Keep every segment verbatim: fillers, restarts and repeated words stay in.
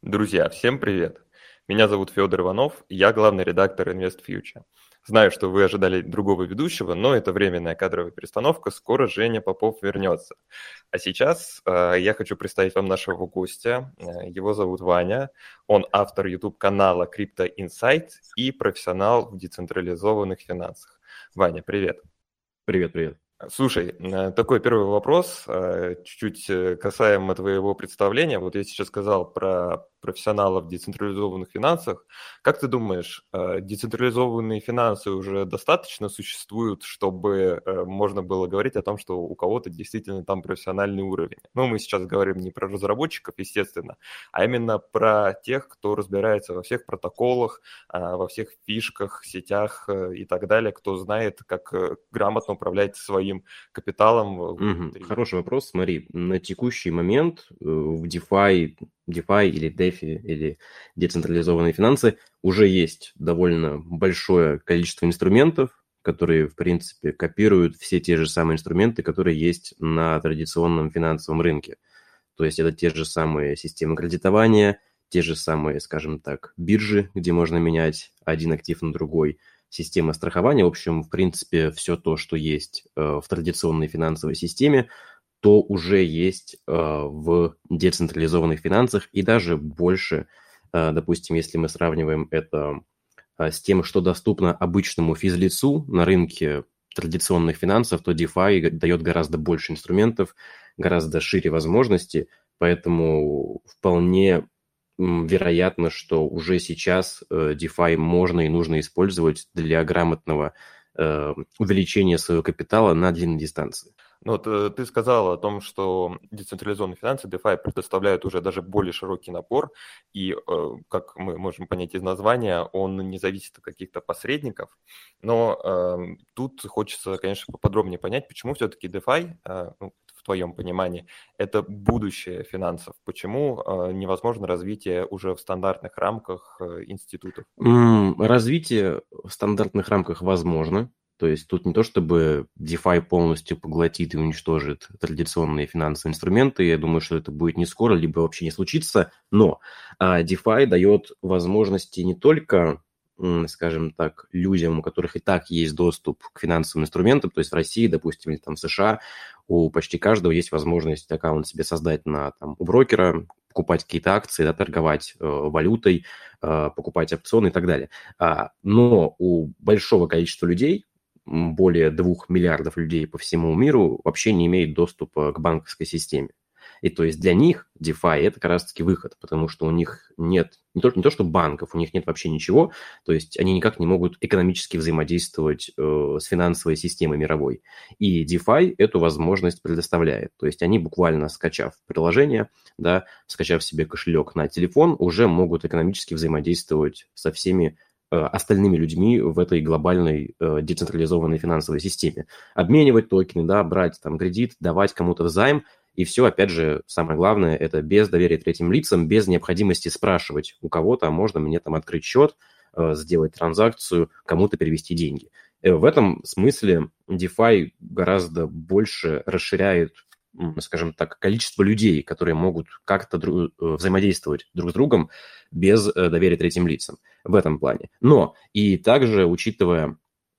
Друзья, всем привет! Меня зовут Федор Иванов, и я главный редактор InvestFuture. Знаю, что вы ожидали другого ведущего, но это временная кадровая перестановка, скоро Женя Попов вернется. А сейчас э, я хочу представить вам нашего гостя. Э, Его зовут Ваня, он автор YouTube-канала Crypto Insight и профессионал в децентрализованных финансах. Ваня, привет! Привет, привет. Слушай, э, такой первый вопрос, э, чуть-чуть э, касаемо твоего представления. Вот я сейчас сказал про профессионалов в децентрализованных финансах. Как ты думаешь, э, децентрализованные финансы уже достаточно существуют, чтобы э, можно было говорить о том, что у кого-то действительно там профессиональный уровень? Ну, мы сейчас говорим не про разработчиков, естественно, а именно про тех, кто разбирается во всех протоколах, э, во всех фишках, сетях э, и так далее, кто знает, как э, грамотно управлять своим капиталом Мгм. внутри. Хороший вопрос. Смотри, на текущий момент э, в DeFi, DeFi или DeFi или децентрализованные финансы уже есть довольно большое количество инструментов, которые, в принципе, копируют все те же самые инструменты, которые есть на традиционном финансовом рынке. То есть это те же самые системы кредитования, те же самые, скажем так, биржи, где можно менять один актив на другой, система страхования. В общем, в принципе, все то, что есть э, в традиционной финансовой системе, то уже есть э, в децентрализованных финансах и даже больше. Э, допустим, если мы сравниваем это э, с тем, что доступно обычному физлицу на рынке традиционных финансов, то DeFi дает гораздо больше инструментов, гораздо шире возможностей, поэтому вполне м, вероятно, что уже сейчас э, DeFi можно и нужно использовать для грамотного э, увеличения своего капитала на длинной дистанции. Ну, вот, э, ты сказал о том, что децентрализованные финансы, DeFi, предоставляют уже даже более широкий набор, и, э, как мы можем понять из названия, он не зависит от каких-то посредников. Но э, тут хочется, конечно, поподробнее понять, почему все-таки DeFi, э, ну, в твоем понимании, это будущее финансов. Почему э, невозможно развитие уже в стандартных рамках э, институтов? М, Развитие в стандартных рамках возможно. То есть тут не то, чтобы DeFi полностью поглотит и уничтожит традиционные финансовые инструменты. Я думаю, что это будет не скоро, либо вообще не случится. Но а, DeFi дает возможности не только, м, скажем так, людям, у которых и так есть доступ к финансовым инструментам. То есть в России, допустим, или там в США у почти каждого есть возможность аккаунт себе создать на, там, у брокера, покупать какие-то акции, да, торговать э, валютой, э, покупать опционы и так далее. А, но у большого количества людей, м, более двух миллиардов людей по всему миру, вообще не имеет доступа к банковской системе. И то есть для них DeFi – это как раз-таки выход, потому что у них нет, не то, не то что банков, у них нет вообще ничего, то есть они никак не могут экономически взаимодействовать э, с финансовой системой мировой. И DeFi эту возможность предоставляет. То есть они буквально, скачав приложение, да, скачав себе кошелек на телефон, уже могут экономически взаимодействовать со всеми э, остальными людьми в этой глобальной э, децентрализованной финансовой системе. Обменивать токены, да, брать там кредит, давать кому-то займ, и все, опять же, самое главное, это без доверия третьим лицам, без необходимости спрашивать у кого-то, а можно мне там открыть счет, э, сделать транзакцию, кому-то перевести деньги. Э, В этом смысле DeFi гораздо больше расширяет, м, скажем так, количество людей, которые могут как-то дру- э, взаимодействовать друг с другом без э, доверия третьим лицам в этом плане. Но и также, учитывая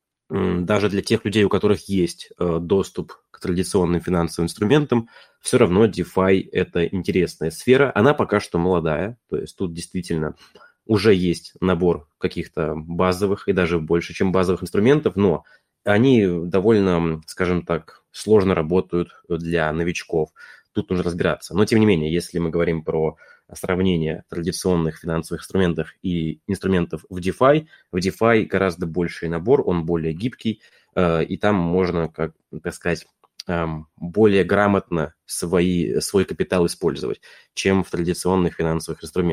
м, даже для тех людей, у которых есть э, доступ к традиционным финансовым инструментам, все равно DeFi – это интересная сфера. Она пока что молодая, то есть тут действительно уже есть набор каких-то базовых и даже больше, чем базовых инструментов, но они довольно, скажем так, сложно работают для новичков. Тут нужно разбираться. Но, тем не менее, если мы говорим про сравнение традиционных финансовых инструментов и инструментов в DeFi, в DeFi гораздо больший набор, он более гибкий, э, и там можно, как так сказать, эм, более грамотно свои, свой капитал использовать, чем в традиционных финансовых инструментах.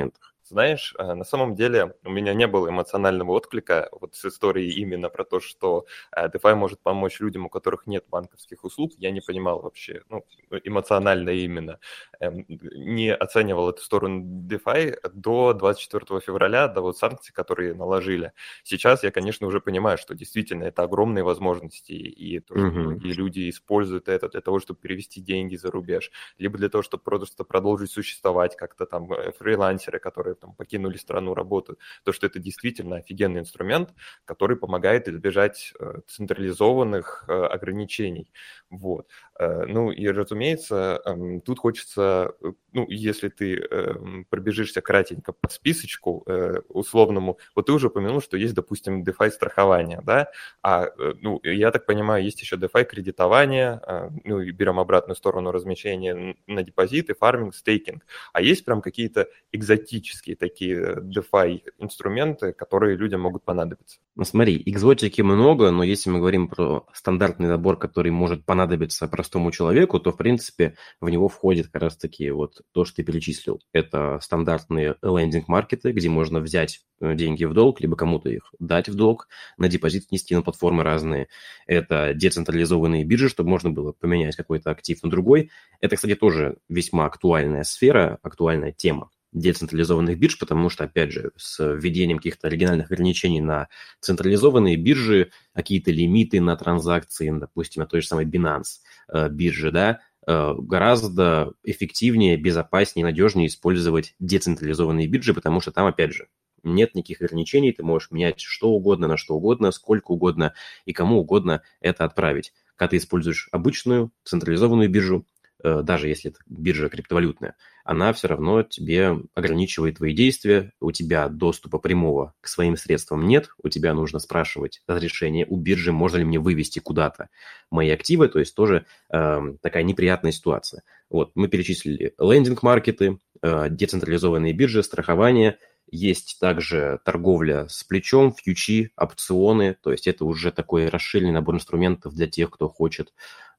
Знаешь, э, на самом деле у меня не было эмоционального отклика вот с историей именно про то, что э, DeFi может помочь людям, у которых нет банковских услуг. Я не понимал вообще, ну, эмоционально именно, эм, не оценивал эту сторону DeFi до двадцать четвёртого февраля, до вот санкций, которые наложили. Сейчас я, конечно, уже понимаю, что действительно это огромные возможности, и то, что Угу. многие люди используют это для того, чтобы перевести деньги за рубеж, либо для того, чтобы просто продолжить существовать, как-то там э, фрилансеры, которые там покинули страну, работают, то, что это действительно офигенный инструмент, который помогает избежать э, централизованных э, ограничений. Вот. Э, ну и, разумеется, э, тут хочется, э, ну, если ты э, пробежишься кратенько по списочку э, условному, вот ты уже упомянул, что есть, допустим, DeFi страхование, да, а, э, ну, я так понимаю, есть еще DeFi кредитование, э, ну и берем обратную сторону размещения на депозиты, фарминг, стейкинг. А есть прям какие-то экзотические такие DeFi инструменты, которые людям могут понадобиться? Ну смотри, экзотики много, но если мы говорим про стандартный набор, который может понадобиться простому человеку, то, в принципе, в него входит как раз-таки вот то, что ты перечислил. Это стандартные лендинг-маркеты, где можно взять деньги в долг, либо кому-то их дать в долг, на депозит внести на платформы разные. Это децентрализованные биржи, чтобы можно было поменять какой-то актив на другой. Это, кстати, тоже весьма актуальная сфера, актуальная тема децентрализованных бирж, потому что, опять же, с введением каких-то оригинальных ограничений на централизованные биржи, какие-то лимиты на транзакции, допустим, на той же самой Binance э, бирже, да, э, гораздо эффективнее, безопаснее, надежнее использовать децентрализованные биржи, потому что там, опять же, нет никаких ограничений, ты можешь менять что угодно на что угодно, сколько угодно и кому угодно это отправить. Когда ты используешь обычную централизованную биржу, даже если это биржа криптовалютная, она все равно тебе ограничивает твои действия, у тебя доступа прямого к своим средствам нет, у тебя нужно спрашивать разрешение у биржи, можно ли мне вывести куда-то мои активы, то есть тоже э, такая неприятная ситуация. Вот, мы перечислили лендинг-маркеты, э, децентрализованные биржи, страхование, есть также торговля с плечом, фьючи, опционы, то есть это уже такой расширенный набор инструментов для тех, кто хочет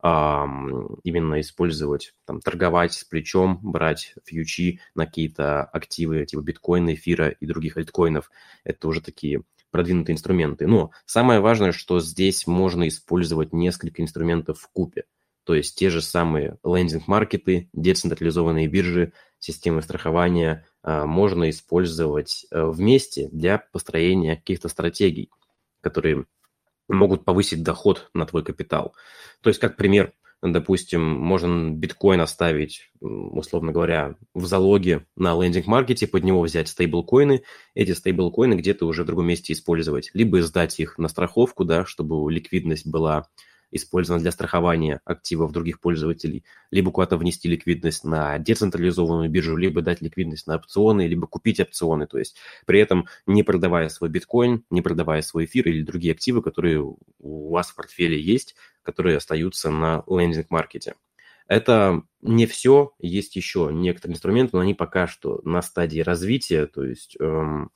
именно использовать, там, торговать с плечом, брать фьючи на какие-то активы, типа биткоина, эфира и других альткоинов. Это уже такие продвинутые инструменты. Но самое важное, что здесь можно использовать несколько инструментов вкупе. То есть те же самые лендинг-маркеты, децентрализованные биржи, системы страхования можно использовать вместе для построения каких-то стратегий, которые могут повысить доход на твой капитал. То есть, как пример, допустим, можно биткоин оставить, условно говоря, в залоге на лендинг-маркете, под него взять стейблкоины, эти стейблкоины где-то уже в другом месте использовать, либо сдать их на страховку, да, чтобы ликвидность была использована для страхования активов других пользователей, либо куда-то внести ликвидность на децентрализованную биржу, либо дать ликвидность на опционы, либо купить опционы, то есть при этом не продавая свой биткоин, не продавая свой эфир или другие активы, которые у вас в портфеле есть, которые остаются на лендинг-маркете. Это не все, есть еще некоторые инструменты, но они пока что на стадии развития, то есть эм,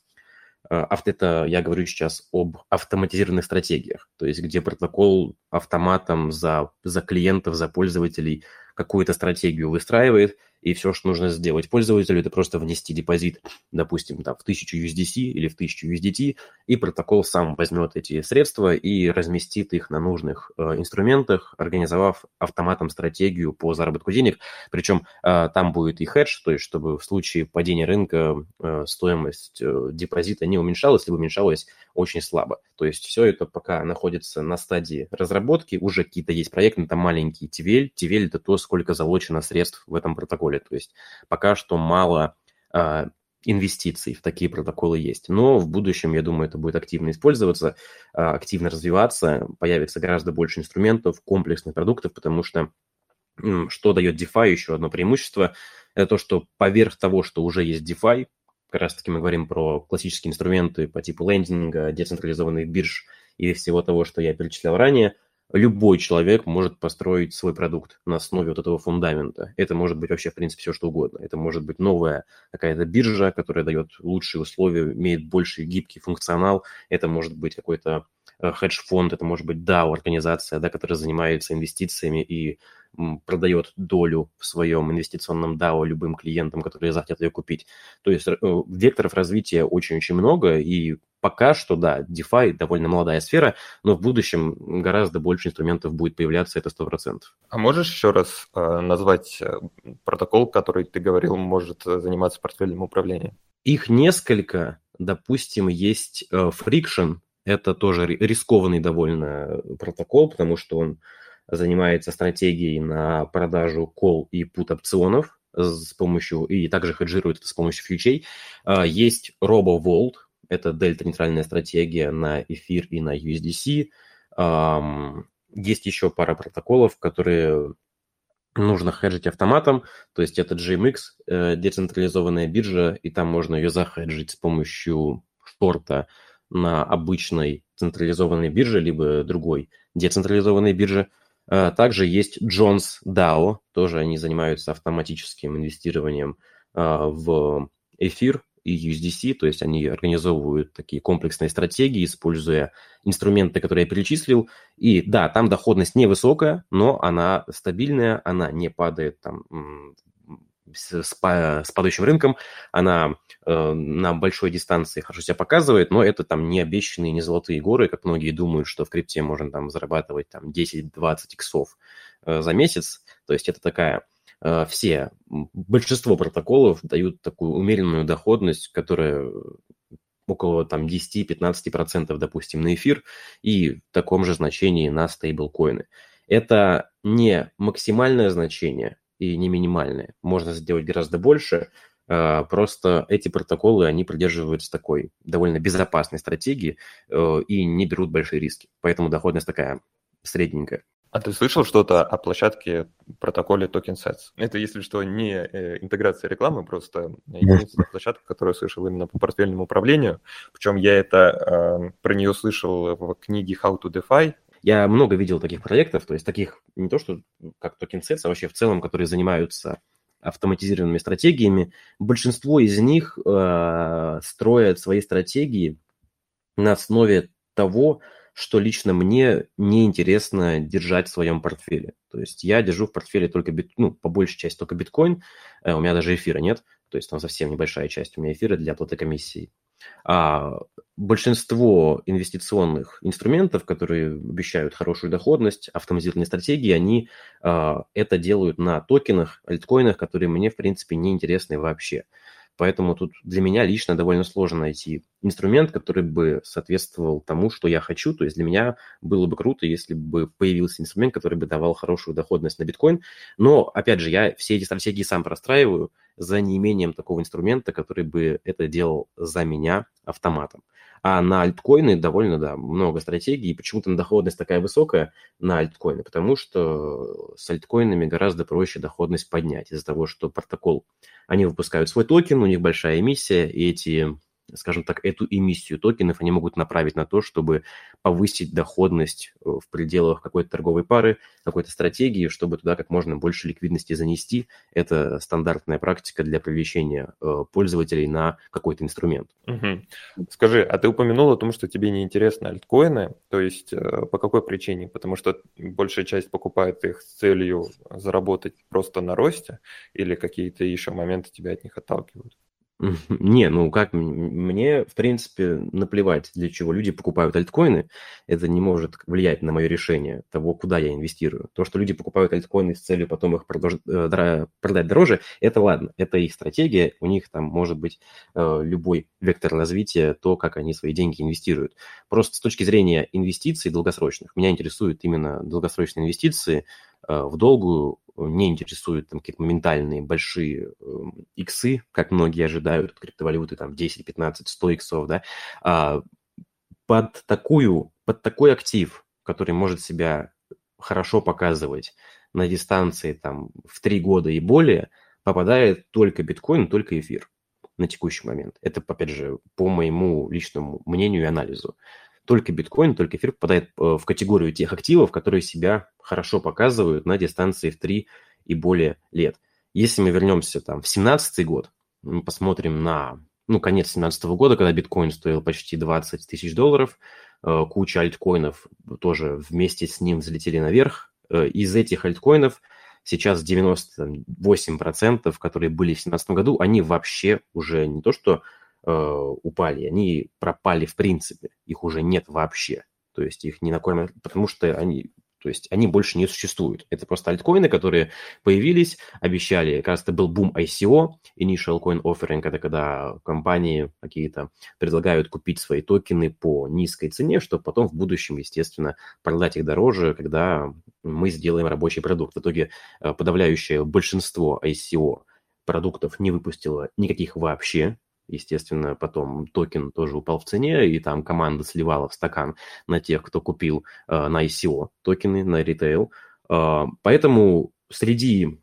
это я говорю сейчас об автоматизированных стратегиях, то есть где протокол автоматом за, за клиентов, за пользователей какую-то стратегию выстраивает, и все, что нужно сделать пользователю, это просто внести депозит, допустим, там, в тысячу ю эс ди си или в тысячу ю эс ди ти, и протокол сам возьмет эти средства и разместит их на нужных э, инструментах, организовав автоматом стратегию по заработку денег. Причем э, там будет и хедж, то есть чтобы в случае падения рынка э, стоимость э, депозита не уменьшалась, либо уменьшалась очень слабо. То есть все это пока находится на стадии разработки, уже какие-то есть проекты, там маленький ти ви эл. ти ви эл – это то, сколько залочено средств в этом протоколе. То есть пока что мало а, инвестиций в такие протоколы есть. Но в будущем, я думаю, это будет активно использоваться, а, активно развиваться, появится гораздо больше инструментов, комплексных продуктов, потому что м, что дает DeFi, еще одно преимущество, это то, что поверх того, что уже есть DeFi, как раз-таки мы говорим про классические инструменты по типу лендинга, децентрализованных бирж и всего того, что я перечислял ранее, любой человек может построить свой продукт на основе вот этого фундамента. Это может быть вообще, в принципе, все что угодно. Это может быть новая какая-то биржа, которая дает лучшие условия, имеет больший гибкий функционал. Это может быть какой-то хедж-фонд, это может быть дао-организация, да, которая занимается инвестициями и продает долю в своем инвестиционном дао любым клиентам, которые захотят ее купить. То есть векторов развития очень-очень много, и пока что, да, DeFi довольно молодая сфера, но в будущем гораздо больше инструментов будет появляться, это сто процентов. А можешь еще раз э, назвать протокол, который ты говорил, может заниматься портфельным управлением? Их несколько. Допустим, есть э, Friction, это тоже рискованный довольно протокол, потому что он занимается стратегией на продажу call и put опционов с помощью, и также хеджирует это с помощью фьючей. Есть RoboVault, это дельта-нейтральная стратегия на эфир и на ю эс ди си. Есть еще пара протоколов, которые нужно хеджить автоматом, то есть это джей эм икс, децентрализованная биржа, и там можно ее захеджить с помощью шорта на обычной централизованной бирже, либо другой децентрализованной бирже. Также есть Jones дао, тоже они занимаются автоматическим инвестированием в эфир и ю эс ди си, то есть они организовывают такие комплексные стратегии, используя инструменты, которые я перечислил. И да, там доходность невысокая, но она стабильная, она не падает там с, с падающим рынком, она э, на большой дистанции хорошо себя показывает, но это там не обещанные, не золотые горы, как многие думают, что в крипте можно там зарабатывать там десять-двадцать иксов э, за месяц. То есть это такая, э, все, большинство протоколов дают такую умеренную доходность, которая около там десять-пятнадцать процентов, допустим, на эфир и в таком же значении на стейблкоины. Это не максимальное значение и не минимальные. Можно сделать гораздо больше. Просто эти протоколы, они придерживаются такой довольно безопасной стратегии и не берут большие риски. Поэтому доходность такая средненькая. А ты слышал что-то о площадке протоколе TokenSets? Это, если что, не интеграция рекламы, просто единственная площадка, которую я слышал именно по портфельному управлению. Причем я это про нее слышал в книге How to DeFi. Я много видел таких проектов, то есть таких не то, что как TokenSets, а вообще в целом, которые занимаются автоматизированными стратегиями. Большинство из них э, строят свои стратегии на основе того, что лично мне неинтересно держать в своем портфеле. То есть я держу в портфеле только, бит, ну, по большей части только биткоин, э, у меня даже эфира нет, то есть там совсем небольшая часть у меня эфира для оплаты комиссии. А большинство инвестиционных инструментов, которые обещают хорошую доходность, автоматизированные стратегии, они а, это делают на токенах, альткоинах, которые мне, в принципе, не интересны вообще. Поэтому тут для меня лично довольно сложно найти инструмент, который бы соответствовал тому, что я хочу. То есть для меня было бы круто, если бы появился инструмент, который бы давал хорошую доходность на биткоин. Но, опять же, я все эти стратегии сам простраиваю за неимением такого инструмента, который бы это делал за меня автоматом. А на альткоины довольно, да, много стратегий. И почему-то доходность такая высокая на альткоины, потому что с альткоинами гораздо проще доходность поднять из-за того, что протокол, они выпускают свой токен, у них большая эмиссия, и эти, скажем так, эту эмиссию токенов они могут направить на то, чтобы повысить доходность в пределах какой-то торговой пары, какой-то стратегии, чтобы туда как можно больше ликвидности занести. Это стандартная практика для привлечения пользователей на какой-то инструмент. Угу. Скажи, а ты упомянул о том, что тебе не интересны альткоины, то есть по какой причине? Потому что большая часть покупает их с целью заработать просто на росте, или какие-то еще моменты тебя от них отталкивают? Не, ну как, мне, в принципе, наплевать, для чего люди покупают альткоины. Это не может влиять на мое решение того, куда я инвестирую. То, что люди покупают альткоины с целью потом их продолж... продать дороже, это ладно, это их стратегия, у них там может быть любой вектор развития, то, как они свои деньги инвестируют. Просто с точки зрения инвестиций долгосрочных, меня интересуют именно долгосрочные инвестиции в долгую, не интересуют там какие-то моментальные большие э, иксы, как многие ожидают от криптовалюты, там десять, пятнадцать, сто иксов, да, а под, такую, под такой актив, который может себя хорошо показывать на дистанции там в три года и более, попадает только биткоин, только эфир на текущий момент. Это, опять же, по моему личному мнению и анализу. Только биткоин, только эфир попадает в категорию тех активов, которые себя хорошо показывают на дистанции в три и более лет. Если мы вернемся там, в семнадцатый год, мы посмотрим на ну, конец семнадцатого года, когда биткоин стоил почти двадцать тысяч долларов, э, куча альткоинов тоже вместе с ним взлетели наверх. Э, из этих альткоинов сейчас девяносто восемь процентов, которые были в две тысячи семнадцатом году, они вообще уже не то что э, упали, они пропали в принципе, их уже нет вообще. То есть их не накормят, потому что они, то есть они больше не существуют. Это просто альткоины, которые появились, обещали, как раз это был бум ай си о, Initial Coin Offering, это когда компании какие-то предлагают купить свои токены по низкой цене, чтобы потом в будущем, естественно, продать их дороже, когда мы сделаем рабочий продукт. В итоге подавляющее большинство ай си о продуктов не выпустило никаких вообще. Естественно, потом токен тоже упал в цене, и там команда сливала в стакан на тех, кто купил э, на ай си о токены, на ритейл. Э, поэтому среди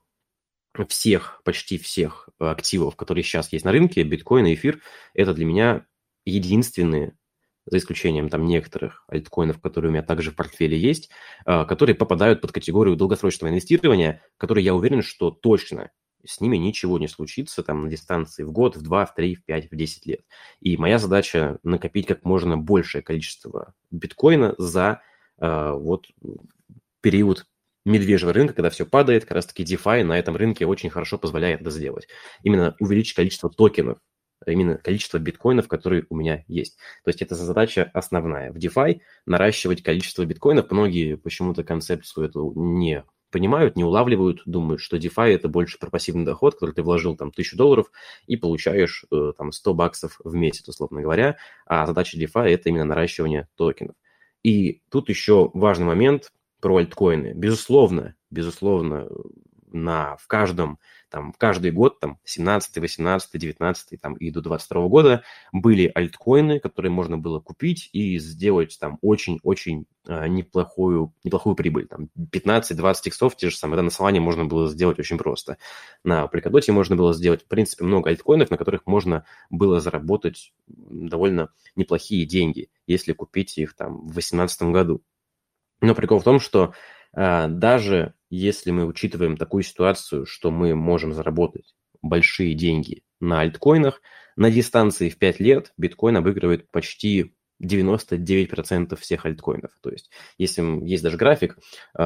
всех, почти всех активов, которые сейчас есть на рынке, биткоин и эфир, это для меня единственные, за исключением там некоторых альткоинов, которые у меня также в портфеле есть, э, которые попадают под категорию долгосрочного инвестирования, которые я уверен, что точно с ними ничего не случится там на дистанции в год, в два, в три, в пять, в десять лет. И моя задача накопить как можно большее количество биткоина за э, вот период медвежьего рынка, когда все падает, как раз-таки DeFi на этом рынке очень хорошо позволяет это сделать. Именно увеличить количество токенов, именно количество биткоинов, которые у меня есть. То есть это задача основная. В DeFi наращивать количество биткоинов. Многие почему-то концепцию эту не понимают, не улавливают, думают, что DeFi это больше про пассивный доход, который ты вложил там тысячу долларов и получаешь э, там сто баксов в месяц, условно говоря, а задача DeFi это именно наращивание токенов. И тут еще важный момент про альткоины. Безусловно, безусловно, на, в каждом, там, в каждый год, там, семнадцатый, восемнадцатый, девятнадцатый, там, и до двадцать второго года были альткоины, которые можно было купить и сделать там очень-очень э, неплохую, неплохую прибыль. Там пятнадцать-двадцать иксов, те же самые, да, на Solana можно было сделать очень просто. На Polkadot можно было сделать, в принципе, много альткоинов, на которых можно было заработать довольно неплохие деньги, если купить их там в две тысячи восемнадцатом году. Но прикол в том, что э, даже если мы учитываем такую ситуацию, что мы можем заработать большие деньги на альткоинах, на дистанции в пять лет биткоин обыгрывает почти девяносто девять процентов всех альткоинов. То есть если есть даже график,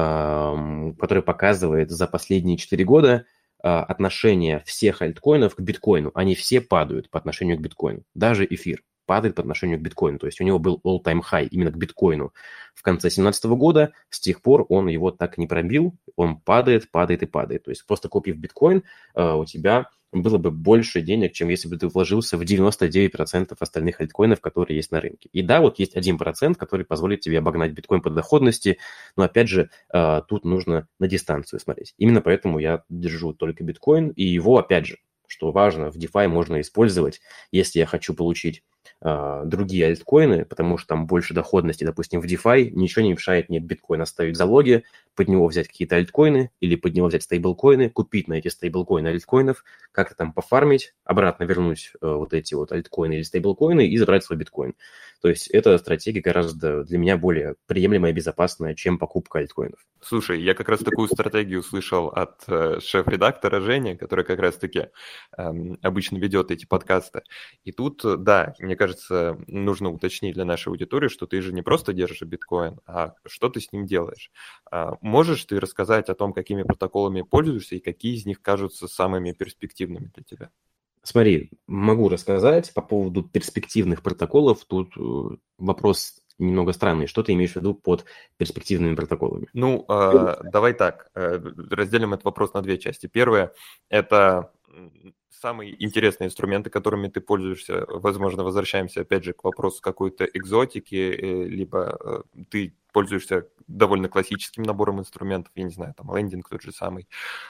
э, который показывает за последние четыре года э, отношение всех альткоинов к биткоину, они все падают по отношению к биткоину, даже эфир падает по отношению к биткоину. То есть у него был all-time high именно к биткоину в конце две тысячи семнадцатого года. С тех пор он его так не пробил. Он падает, падает и падает. То есть просто купив биткоин, у тебя было бы больше денег, чем если бы ты вложился в девяносто девять процентов остальных альткоинов, которые есть на рынке. И да, вот есть один процент, который позволит тебе обогнать биткоин по доходности, но опять же, тут нужно на дистанцию смотреть. Именно поэтому я держу только биткоин, и его, опять же, что важно, в DeFi можно использовать, если я хочу получить э, другие альткоины, потому что там больше доходности, допустим, в DeFi ничего не мешает мне биткоин оставить в залоге, под него взять какие-то альткоины или под него взять стейблкоины, купить на эти стейблкоины альткоинов, как-то там пофармить, обратно вернуть э, вот эти вот альткоины или стейблкоины и забрать свой биткоин. То есть эта стратегия гораздо для меня более приемлемая и безопасная, чем покупка альткоинов. Слушай, я как раз такую стратегию слышал от э, шеф-редактора Жени, который как раз-таки э, обычно ведет эти подкасты. И тут, да, мне кажется, нужно уточнить для нашей аудитории, что ты же не просто держишь биткоин, а что ты с ним делаешь. А можешь ты рассказать о том, какими протоколами пользуешься и какие из них кажутся самыми перспективными для тебя? Смотри, могу рассказать по поводу перспективных протоколов. Тут э, вопрос немного странный. Что ты имеешь в виду под перспективными протоколами? Ну, э, давай так, э, разделим этот вопрос на две части. Первое – это самые интересные инструменты, которыми ты пользуешься. Возможно, возвращаемся опять же к вопросу какой-то экзотики, э, либо э, ты пользуешься довольно классическим набором инструментов, я не знаю, там лендинг тот же самый.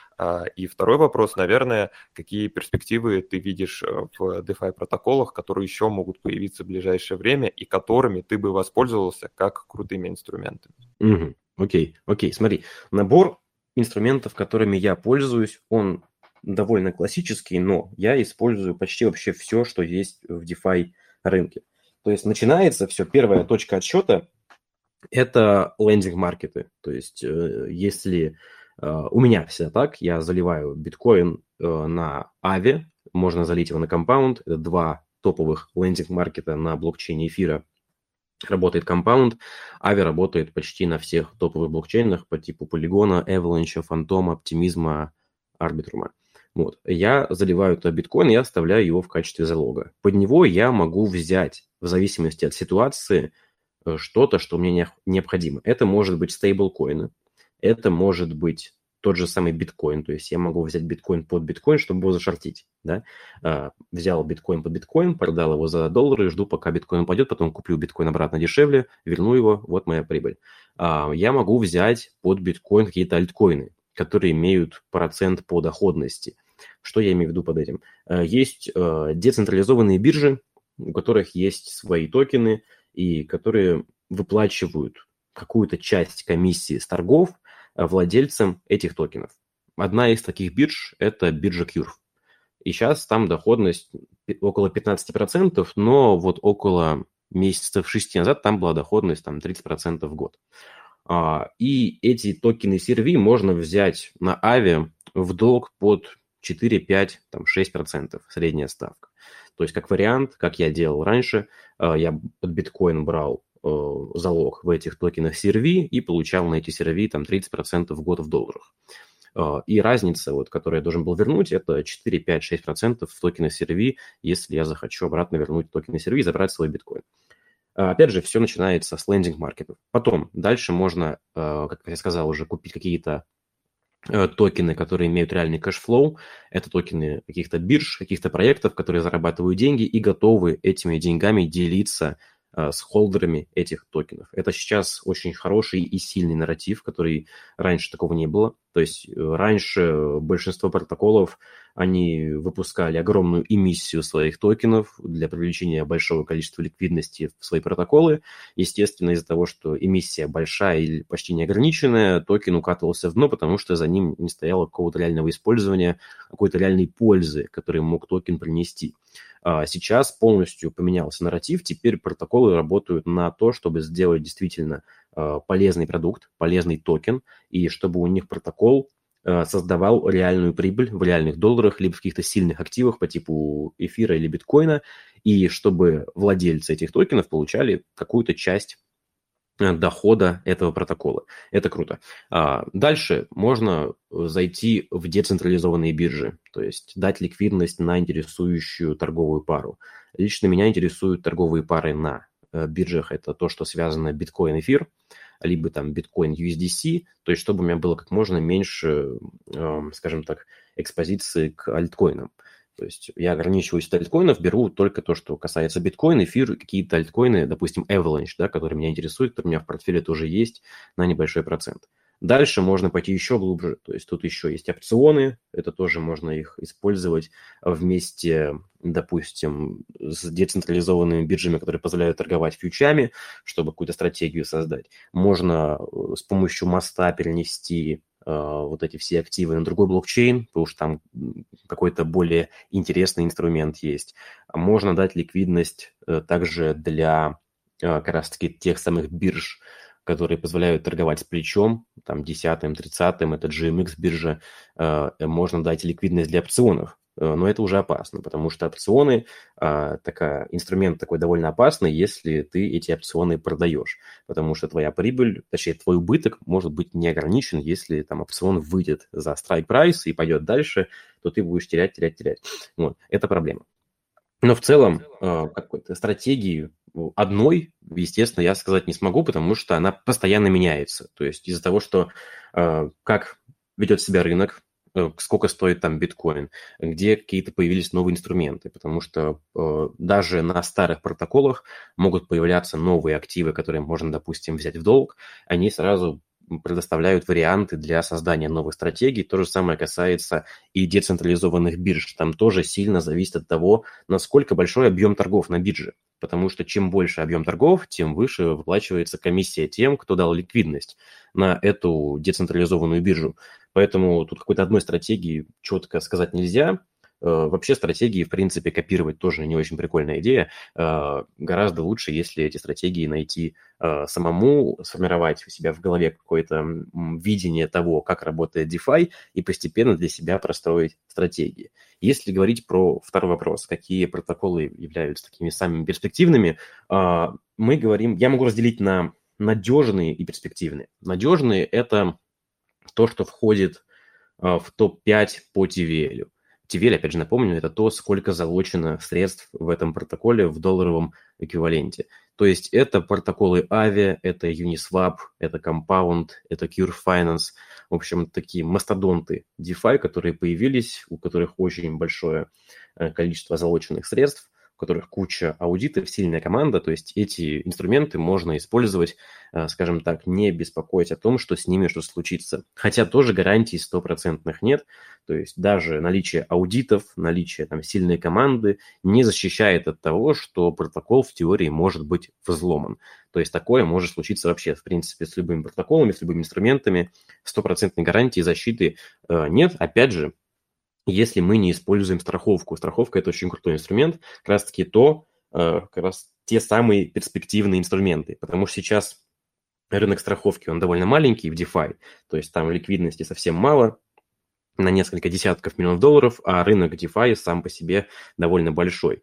И второй вопрос, наверное, какие перспективы ты видишь в DeFi протоколах, которые еще могут появиться в ближайшее время и которыми ты бы воспользовался как крутыми инструментами? Угу. Окей, окей, смотри, набор инструментов, которыми я пользуюсь, он довольно классический, но я использую почти вообще все, что есть в DeFi рынке. То есть начинается все, первая точка отсчета – это лендинг-маркеты. То есть если у меня всегда так, я заливаю биткоин на Aave, можно залить его на Compound, это два топовых лендинг-маркета на блокчейне эфира. работает Compound, Aave работает почти на всех топовых блокчейнах по типу Polygon, Avalanche, Phantom, Optimism, Arbitrum. Вот. Я заливаю туда биткоин, и я оставляю его в качестве залога. Под него я могу взять, в зависимости от ситуации, что-то, что мне необходимо. Это может быть стейблкоины, это может быть тот же самый биткоин, то есть я могу взять биткоин под биткоин, чтобы его зашортить, да, а, взял биткоин под биткоин, продал его за доллары, жду, пока биткоин упадет, потом куплю биткоин обратно дешевле, верну его, вот моя прибыль. А, я могу взять под биткоин какие-то альткоины, которые имеют процент по доходности. Что я имею в виду под этим? А, есть а, децентрализованные биржи, у которых есть свои токены, и которые выплачивают какую-то часть комиссии с торгов владельцам этих токенов. Одна из таких бирж – это биржа Curve. И сейчас там доходность около пятнадцать процентов, но вот около месяцев шести назад там была доходность там, тридцать процентов в год. И эти токены си ар ви можно взять на Aave в долг под четыре, пять, шесть процентов средняя ставка. То есть как вариант, как я делал раньше, я под биткоин брал залог в этих токенах си ар ви и получал на эти си ар ви там, тридцать процентов в год в долларах. И разница, вот, которую я должен был вернуть, это четыре, пять, шесть процентов в токенах си ар ви, если я захочу обратно вернуть токены си ар ви и забрать свой биткоин. Опять же, все начинается с лендинг-маркетов. Потом, дальше можно, как я сказал, уже купить какие-то токены, которые имеют реальный кэшфлоу. Это токены каких-то бирж, каких-то проектов, которые зарабатывают деньги и готовы этими деньгами делиться с холдерами этих токенов. Это сейчас очень хороший и сильный нарратив, который раньше такого не было. То есть раньше большинство протоколов, они выпускали огромную эмиссию своих токенов для привлечения большого количества ликвидности в свои протоколы. Естественно, из-за того, что эмиссия большая или почти неограниченная, токен укатывался в дно, потому что за ним не стояло какого-то реального использования, какой-то реальной пользы, которую мог токен принести. Сейчас полностью поменялся нарратив, теперь протоколы работают на то, чтобы сделать действительно полезный продукт, полезный токен, и чтобы у них протокол создавал реальную прибыль в реальных долларах, либо в каких-то сильных активах по типу эфира или биткоина, и чтобы владельцы этих токенов получали какую-то часть дохода этого протокола. Это круто. Дальше можно зайти в децентрализованные биржи, то есть дать ликвидность на интересующую торговую пару. Лично меня интересуют торговые пары на биржах. Это то, что связано биткоин-эфир, либо там биткоин-ю эс ди си, то есть чтобы у меня было как можно меньше, скажем так, экспозиции к альткоинам. То есть я ограничиваюсь от альткоинов, беру только то, что касается биткоина, эфир, какие-то альткоины, допустим, Avalanche, да, которые меня интересуют, которые у меня в портфеле тоже есть на небольшой процент. Дальше можно пойти еще глубже, то есть тут еще есть опционы, это тоже можно их использовать вместе, допустим, с децентрализованными биржами, которые позволяют торговать фьючами, чтобы какую-то стратегию создать. Можно с помощью моста перенести вот эти все активы на другой блокчейн, потому что там какой-то более интересный инструмент есть. Можно дать ликвидность также для как раз-таки тех самых бирж, которые позволяют торговать с плечом, там десятым, тридцатым, это джи эм икс биржа, можно дать ликвидность для опционов. Но это уже опасно, потому что опционы, такая, инструмент такой довольно опасный, если ты эти опционы продаешь, потому что твоя прибыль, точнее, твой убыток может быть не ограничен, если там опцион выйдет за страйк прайс и пойдет дальше, то ты будешь терять, терять, терять. Вот, это проблема. Но в целом какой-то стратегии одной, естественно, я сказать не смогу, потому что она постоянно меняется. То есть из-за того, что как ведет себя рынок, сколько стоит там биткоин, где какие-то появились новые инструменты, потому что э, даже на старых протоколах могут появляться новые активы, которые можно, допустим, взять в долг, они сразу предоставляют варианты для создания новых стратегий. То же самое касается и децентрализованных бирж. Там тоже сильно зависит от того, насколько большой объем торгов на бирже. Потому что чем больше объем торгов, тем выше выплачивается комиссия тем, кто дал ликвидность на эту децентрализованную биржу. Поэтому тут какой-то одной стратегии четко сказать нельзя. Вообще стратегии, в принципе, копировать тоже не очень прикольная идея. Гораздо лучше, если эти стратегии найти самому, сформировать у себя в голове какое-то видение того, как работает DeFi, и постепенно для себя простроить стратегии. Если говорить про второй вопрос, какие протоколы являются такими самыми перспективными, мы говорим, я могу разделить на надежные и перспективные. Надежные – это то, что входит в топ пять по ти ви эл. ти ви эл, опять же, напомню, это то, сколько залочено средств в этом протоколе в долларовом эквиваленте. То есть это протоколы Aave, это Uniswap, это Compound, это Cure Finance. В общем, такие мастодонты DeFi, которые появились, у которых очень большое количество залоченных средств, у которых куча аудитов, сильная команда. То есть эти инструменты можно использовать, скажем так, не беспокоить о том, что с ними что-то случится. Хотя тоже гарантий стопроцентных нет. То есть даже наличие аудитов, наличие там сильной команды не защищает от того, что протокол в теории может быть взломан. То есть такое может случиться вообще, в принципе, с любыми протоколами, с любыми инструментами. Стопроцентной гарантии защиты э, нет. Опять же, если мы не используем страховку. Страховка – это очень крутой инструмент, как раз-таки то, э, как раз те самые перспективные инструменты, потому что сейчас рынок страховки, он довольно маленький в DeFi, то есть там ликвидности совсем мало, на несколько десятков миллионов долларов, а рынок DeFi сам по себе довольно большой.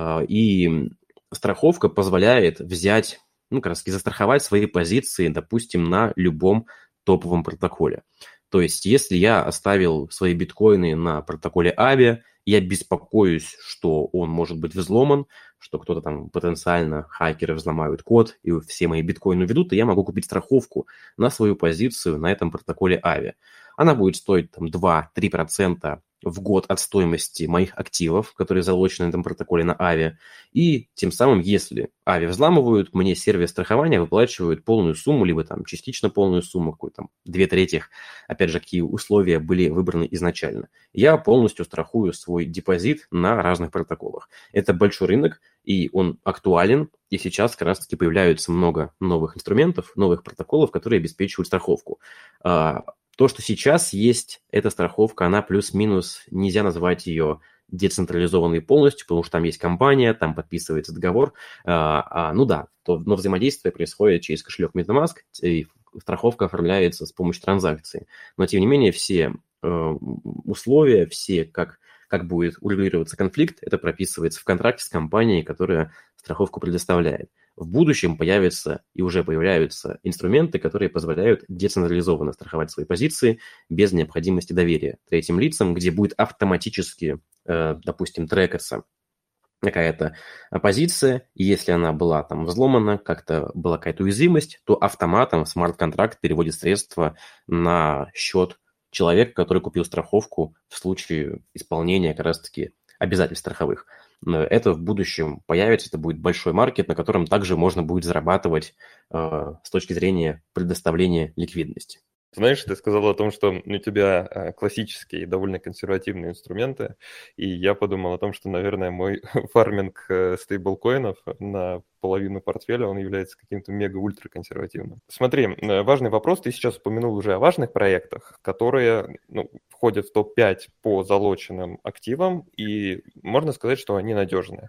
И страховка позволяет взять, ну, как раз таки застраховать свои позиции, допустим, на любом топовом протоколе. То есть, если я оставил свои биткоины на протоколе Aave, я беспокоюсь, что он может быть взломан, что кто-то там потенциально, хакеры взломают код и все мои биткоины уведут, и я могу купить страховку на свою позицию на этом протоколе Aave. Она будет стоить там два-три процента в год от стоимости моих активов, которые заложены на этом протоколе на Aave. И тем самым, если Aave взламывают, мне сервис страхования выплачивают полную сумму, либо там частично полную сумму, какую-то там две трети. Опять же, какие условия были выбраны изначально. Я полностью страхую свой депозит на разных протоколах. Это большой рынок, и он актуален. И сейчас как раз-таки появляются много новых инструментов, новых протоколов, которые обеспечивают страховку. То, что сейчас есть, эта страховка, она плюс-минус, нельзя назвать ее децентрализованной полностью, потому что там есть компания, там подписывается договор. А, а, ну да, то, но взаимодействие происходит через кошелек MetaMask, и страховка оформляется с помощью транзакции. Но, тем не менее, все э, условия, все, как, как будет урегулироваться конфликт, это прописывается в контракте с компанией, которая страховку предоставляет. В будущем появятся и уже появляются инструменты, которые позволяют децентрализованно страховать свои позиции без необходимости доверия третьим лицам, где будет автоматически, э, допустим, трекаться какая-то позиция, и если она была там взломана, как-то была какая-то уязвимость, то автоматом смарт-контракт переводит средства на счет человека, который купил страховку в случае исполнения как раз-таки обязательств страховых. Это в будущем появится, это будет большой маркет, на котором также можно будет зарабатывать э, с точки зрения предоставления ликвидности. Знаешь, ты сказал о том, что у тебя классические и довольно консервативные инструменты, и я подумал о том, что, наверное, мой фарминг стейблкоинов на половину портфеля, он является каким-то мега-ультра-консервативным. Смотри, важный вопрос, ты сейчас упомянул уже о важных проектах, которые ну, входят в топ пять по залоченным активам, и можно сказать, что они надежные.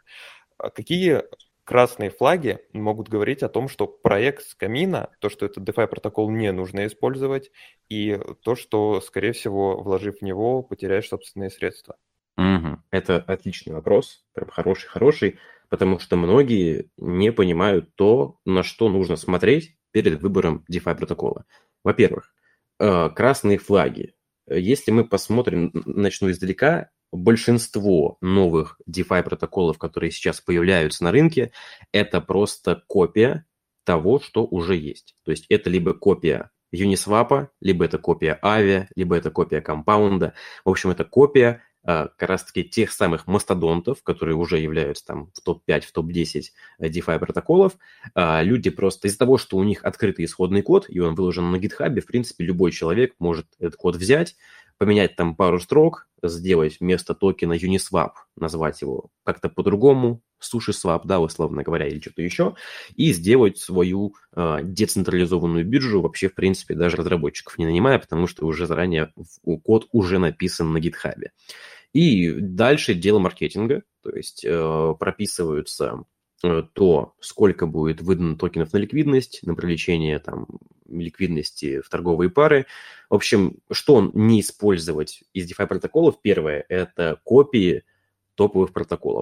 Какие красные флаги могут говорить о том, что проект с камина, то, что этот DeFi протокол не нужно использовать, и то, что, скорее всего, вложив в него, потеряешь собственные средства? Угу. Это отличный вопрос, прям хороший-хороший, потому что многие не понимают то, на что нужно смотреть перед выбором DeFi протокола. Во-первых, красные флаги. Если мы посмотрим, начну издалека, большинство новых DeFi протоколов, которые сейчас появляются на рынке, это просто копия того, что уже есть. То есть это либо копия Uniswap, либо это копия Aave, либо это копия Compound. В общем, это копия как раз-таки тех самых мастодонтов, которые уже являются там в топ пять, в топ десять DeFi протоколов. Люди просто из-за того, что у них открытый исходный код, и он выложен на GitHub, в принципе, любой человек может этот код взять, поменять там пару строк, сделать вместо токена Uniswap, назвать его как-то по-другому, SushiSwap, да, условно говоря, или что-то еще, и сделать свою э, децентрализованную биржу, вообще, в принципе, даже разработчиков не нанимая, потому что уже заранее код уже написан на GitHub. И дальше дело маркетинга, то есть э, прописываются то, сколько будет выдано токенов на ликвидность, на привлечение там, ликвидности в торговые пары. В общем, что не использовать из DeFi протоколов? Первое – это копии топовых протоколов.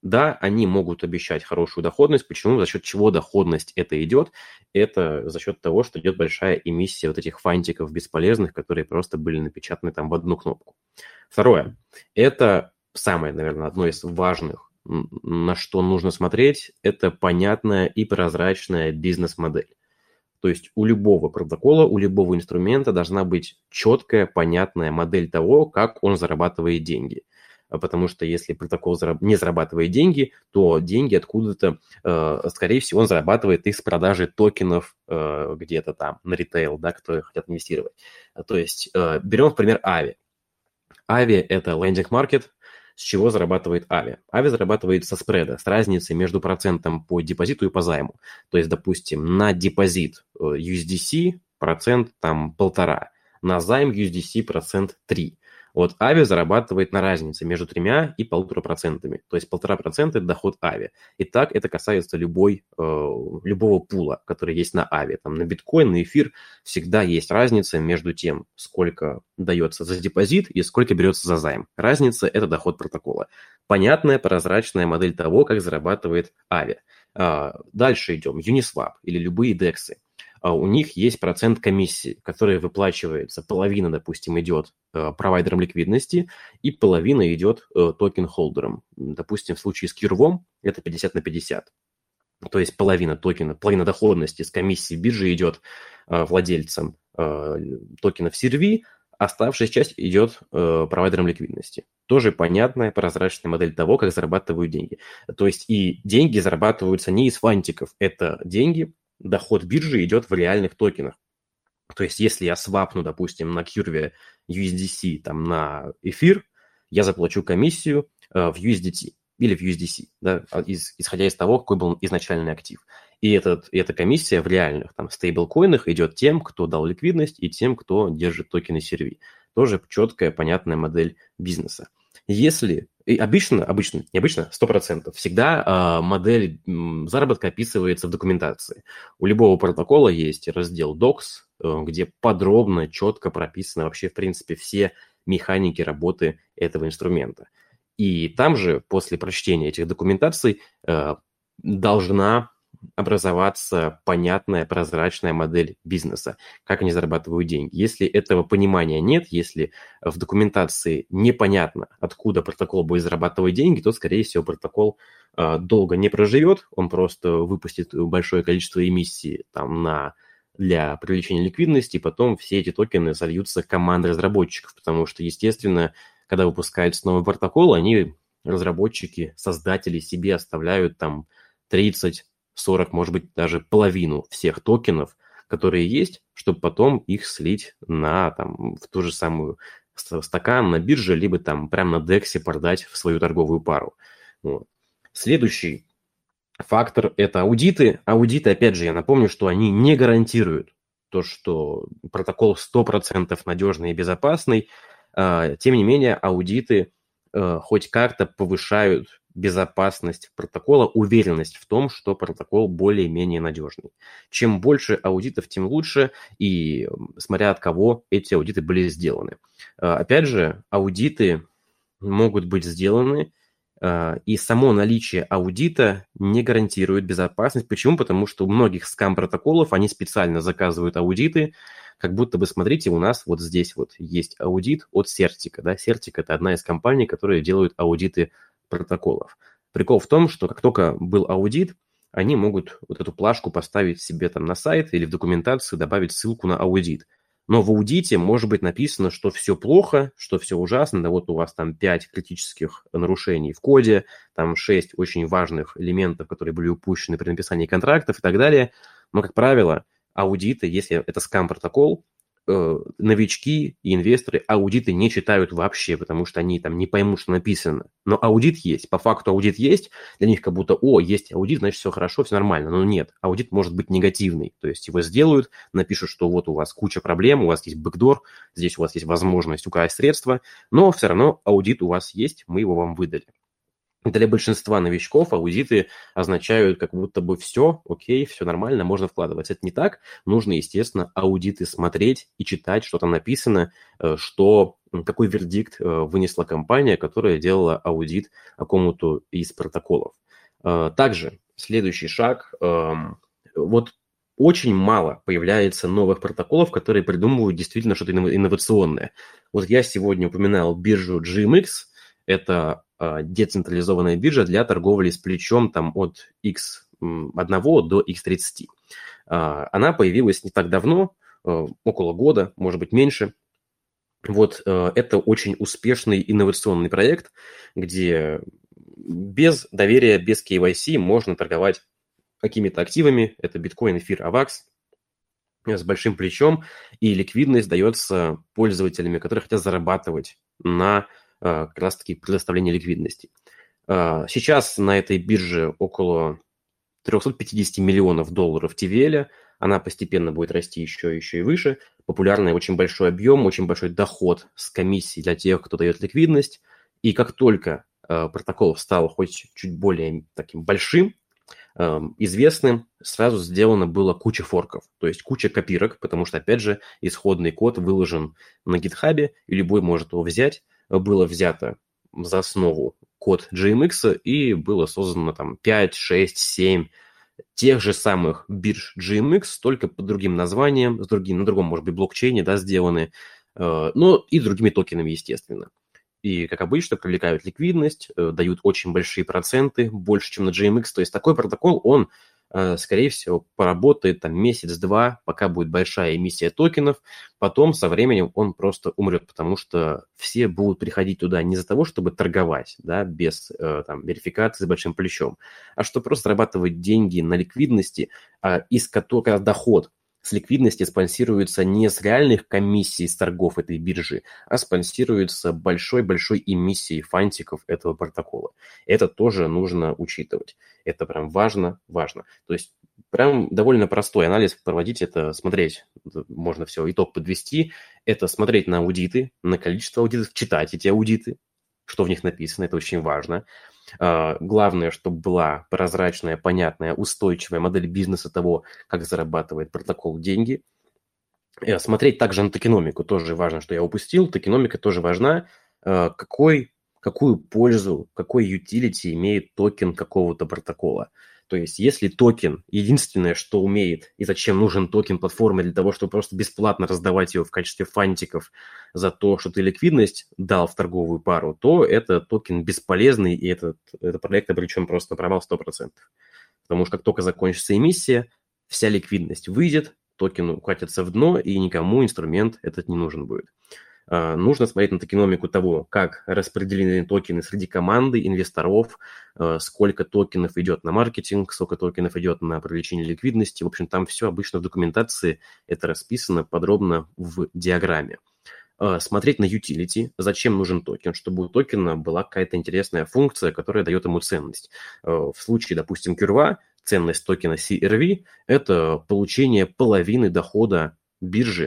Да, они могут обещать хорошую доходность. Почему? За счет чего доходность это идет? Это за счет того, что идет большая эмиссия вот этих фантиков бесполезных, которые просто были напечатаны там в одну кнопку. Второе. Это самое, наверное, одно из важных, на что нужно смотреть, это понятная и прозрачная бизнес-модель. То есть у любого протокола, у любого инструмента должна быть четкая, понятная модель того, как он зарабатывает деньги. Потому что если протокол не зарабатывает деньги, то деньги откуда-то, скорее всего, он зарабатывает их с продажи токенов где-то там на ритейл, да, которые хотят инвестировать. То есть берем, например, Ави. Ави – это лендинг-маркет. С чего зарабатывает Ави? Ави зарабатывает со спреда, с разницей между процентом по депозиту и по займу. То есть, допустим, на депозит ю эс ди си процент там полтора, на займ ю эс ди си процент три. Вот Ави зарабатывает на разнице между тремя и полутора процентами. То есть полтора процента – это доход Ави. И так это касается любой, э, любого пула, который есть на Ави. Там на биткоин, на эфир всегда есть разница между тем, сколько дается за депозит и сколько берется за займ. Разница – это доход протокола. Понятная, прозрачная модель того, как зарабатывает Ави. А, дальше идем. Uniswap или любые дексы. У них есть процент комиссии, который выплачивается. Половина, допустим, идет э, провайдерам ликвидности, и половина идет э, токен-холдерам. Допустим, в случае с Кирвом это пятьдесят на пятьдесят. То есть половина токена, половина доходности с комиссии биржи идет э, владельцам э, токенов си эр ви, оставшаяся часть идет э, провайдерам ликвидности. Тоже понятная, прозрачная модель того, как зарабатывают деньги. То есть и деньги зарабатываются не из фантиков, это деньги, доход биржи идет в реальных токенах. То есть если я свапну, допустим, на Кирве ю эс ди си там, на эфир, я заплачу комиссию э, в ю эс ди ти или в ю эс ди си, да, из, исходя из того, какой был изначальный актив. И, этот, и эта комиссия в реальных там, стейблкоинах идет тем, кто дал ликвидность, и тем, кто держит токены си эр ви. Тоже четкая, понятная модель бизнеса. Если, и обычно, обычно, не обычно, сто процентов, всегда э, модель м, заработка описывается в документации. У любого протокола есть раздел докс, э, где подробно, четко прописаны вообще, в принципе, все механики работы этого инструмента. И там же, после прочтения этих документаций, э, должна образоваться понятная, прозрачная модель бизнеса, как они зарабатывают деньги. Если этого понимания нет, если в документации непонятно, откуда протокол будет зарабатывать деньги, то, скорее всего, протокол э, долго не проживет, он просто выпустит большое количество эмиссий там, на, для привлечения ликвидности, и потом все эти токены сольются командой разработчиков, потому что, естественно, когда выпускается новый протокол, они, разработчики, создатели себе оставляют там тридцать сорок, может быть, даже половину всех токенов, которые есть, чтобы потом их слить на, там, в ту же самую стакан на бирже, либо там прямо на дексе продать в свою торговую пару. Вот. Следующий фактор – это аудиты. Аудиты, опять же, я напомню, что они не гарантируют то, что протокол сто процентов надежный и безопасный. Тем не менее, аудиты хоть как-то повышают безопасность протокола, уверенность в том, что протокол более-менее надежный. Чем больше аудитов, тем лучше, и смотря от кого эти аудиты были сделаны. Опять же, аудиты могут быть сделаны, и само наличие аудита не гарантирует безопасность. Почему? Потому что у многих скам-протоколов они специально заказывают аудиты, как будто бы, смотрите, у нас вот здесь вот есть аудит от Certica. Да? Certica – это одна из компаний, которые делают аудиты протоколов. Прикол в том, что как только был аудит, они могут вот эту плашку поставить себе там на сайт или в документацию добавить ссылку на аудит. Но в аудите может быть написано, что все плохо, что все ужасно, да вот у вас там пять критических нарушений в коде, там шесть очень важных элементов, которые были упущены при написании контрактов и так далее. Но, как правило, аудиты, если это скам-протокол, э, новички и инвесторы аудиты не читают вообще, потому что они там не поймут, что написано. Но аудит есть, по факту аудит есть, для них как будто, о, есть аудит, значит все хорошо, все нормально. Но нет, аудит может быть негативный, то есть его сделают, напишут, что вот у вас куча проблем, у вас есть бэкдор, здесь у вас есть возможность украсть средства, но все равно аудит у вас есть, мы его вам выдали. Для большинства новичков аудиты означают как будто бы все, окей, все нормально, можно вкладывать. Это не так. Нужно, естественно, аудиты смотреть и читать, что там написано, что, какой вердикт вынесла компания, которая делала аудит какому-то из протоколов. Также следующий шаг. Вот очень мало появляется новых протоколов, которые придумывают действительно что-то инновационное. Вот я сегодня упоминал биржу джи эм экс. Это децентрализованная биржа для торговли с плечом там, от икс один до икс тридцать. Она появилась не так давно, около года, может быть, меньше. Вот это очень успешный инновационный проект, где без доверия, без кей вай си можно торговать какими-то активами. Это биткоин, эфир, авакс с большим плечом, и ликвидность дается пользователями, которые хотят зарабатывать на как раз-таки предоставление ликвидности. Сейчас на этой бирже около триста пятьдесят миллионов долларов ти ви эл. Она постепенно будет расти еще, еще и выше. Популярный очень большой объем, очень большой доход с комиссий для тех, кто дает ликвидность. И как только протокол стал хоть чуть более таким большим, известным, сразу сделано было куча форков, то есть куча копирок, потому что, опять же, исходный код выложен на GitHub, и любой может его взять. Было взято за основу код джи эм экс, и было создано там пять, шесть, семь тех же самых бирж джи эм экс, только под другим названием, с другим, на другом, может быть, блокчейне, да, сделаны, но и другими токенами, естественно. И, как обычно, привлекают ликвидность, дают очень большие проценты, больше, чем на джи эм экс. То есть такой протокол, он, скорее всего, поработает там месяц-два, пока будет большая эмиссия токенов. Потом, со временем, он просто умрет, потому что все будут приходить туда не из-за того, чтобы торговать, да, без там, верификации с большим плечом, а чтобы просто зарабатывать деньги на ликвидности, из которой доход с ликвидности спонсируется не с реальных комиссий с торгов этой биржи, а спонсируется большой-большой эмиссией фантиков этого протокола. Это тоже нужно учитывать. Это прям важно, важно. То есть прям довольно простой анализ проводить, это смотреть, можно все, итог подвести, это смотреть на аудиты, на количество аудитов, читать эти аудиты, что в них написано, это очень важно. Главное, чтобы была прозрачная, понятная, устойчивая модель бизнеса того, как зарабатывает протокол деньги. Смотреть также на токеномику, тоже важно, что я упустил. Токеномика тоже важна. Какой, какую пользу, какой utility имеет токен какого-то протокола. То есть если токен, единственное, что умеет и зачем нужен токен платформы для того, чтобы просто бесплатно раздавать его в качестве фантиков за то, что ты ликвидность дал в торговую пару, то это токен бесполезный, и этот, этот проект обречен просто на провал сто процентов. Потому что как только закончится эмиссия, вся ликвидность выйдет, токен укатится в дно, и никому инструмент этот не нужен будет. Нужно смотреть на токеномику того, как распределены токены среди команды инвесторов, сколько токенов идет на маркетинг, сколько токенов идет на привлечение ликвидности. В общем, там все обычно в документации это расписано подробно в диаграмме. Смотреть на utility, зачем нужен токен, чтобы у токена была какая-то интересная функция, которая дает ему ценность. В случае, допустим, Curve, ценность токена си эр ви – это получение половины дохода биржи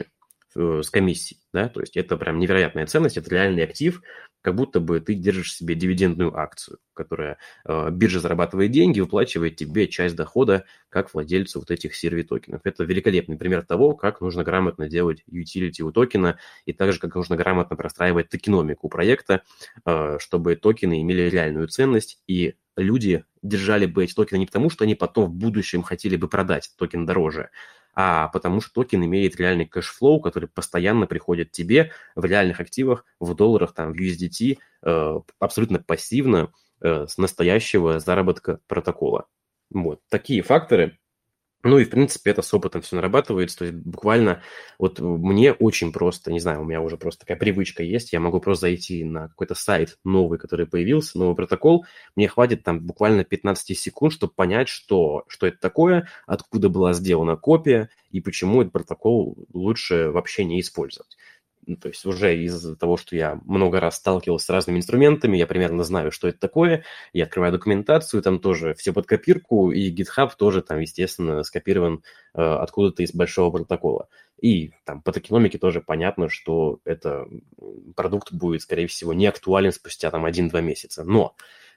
с комиссией, да, то есть это прям невероятная ценность, это реальный актив, как будто бы ты держишь себе дивидендную акцию, которая э, биржа зарабатывает деньги, выплачивает тебе часть дохода как владельцу вот этих си эр ви токенов. Это великолепный пример того, как нужно грамотно делать utility у токена и также как нужно грамотно простраивать токеномику проекта, э, чтобы токены имели реальную ценность и люди держали бы эти токены не потому, что они потом в будущем хотели бы продать токен дороже, а потому что токен имеет реальный кэшфлоу, который постоянно приходит тебе в реальных активах, в долларах, там, в ю эс ди ти, э, абсолютно пассивно э, с настоящего заработка протокола. Вот, такие факторы. Ну и, в принципе, это с опытом все нарабатывается. То есть буквально вот мне очень просто, не знаю, у меня уже просто такая привычка есть, я могу просто зайти на какой-то сайт новый, который появился, новый протокол, мне хватит там буквально пятнадцать секунд, чтобы понять, что, что это такое, откуда была сделана копия и почему этот протокол лучше вообще не использовать. Ну, то есть уже из-за того, что я много раз сталкивался с разными инструментами, я примерно знаю, что это такое, я открываю документацию, там тоже все под копирку, и GitHub тоже там, естественно, скопирован э, откуда-то из большого протокола. И там по токеномике тоже понятно, что это продукт будет, скорее всего, не актуален спустя там один-два месяца. Но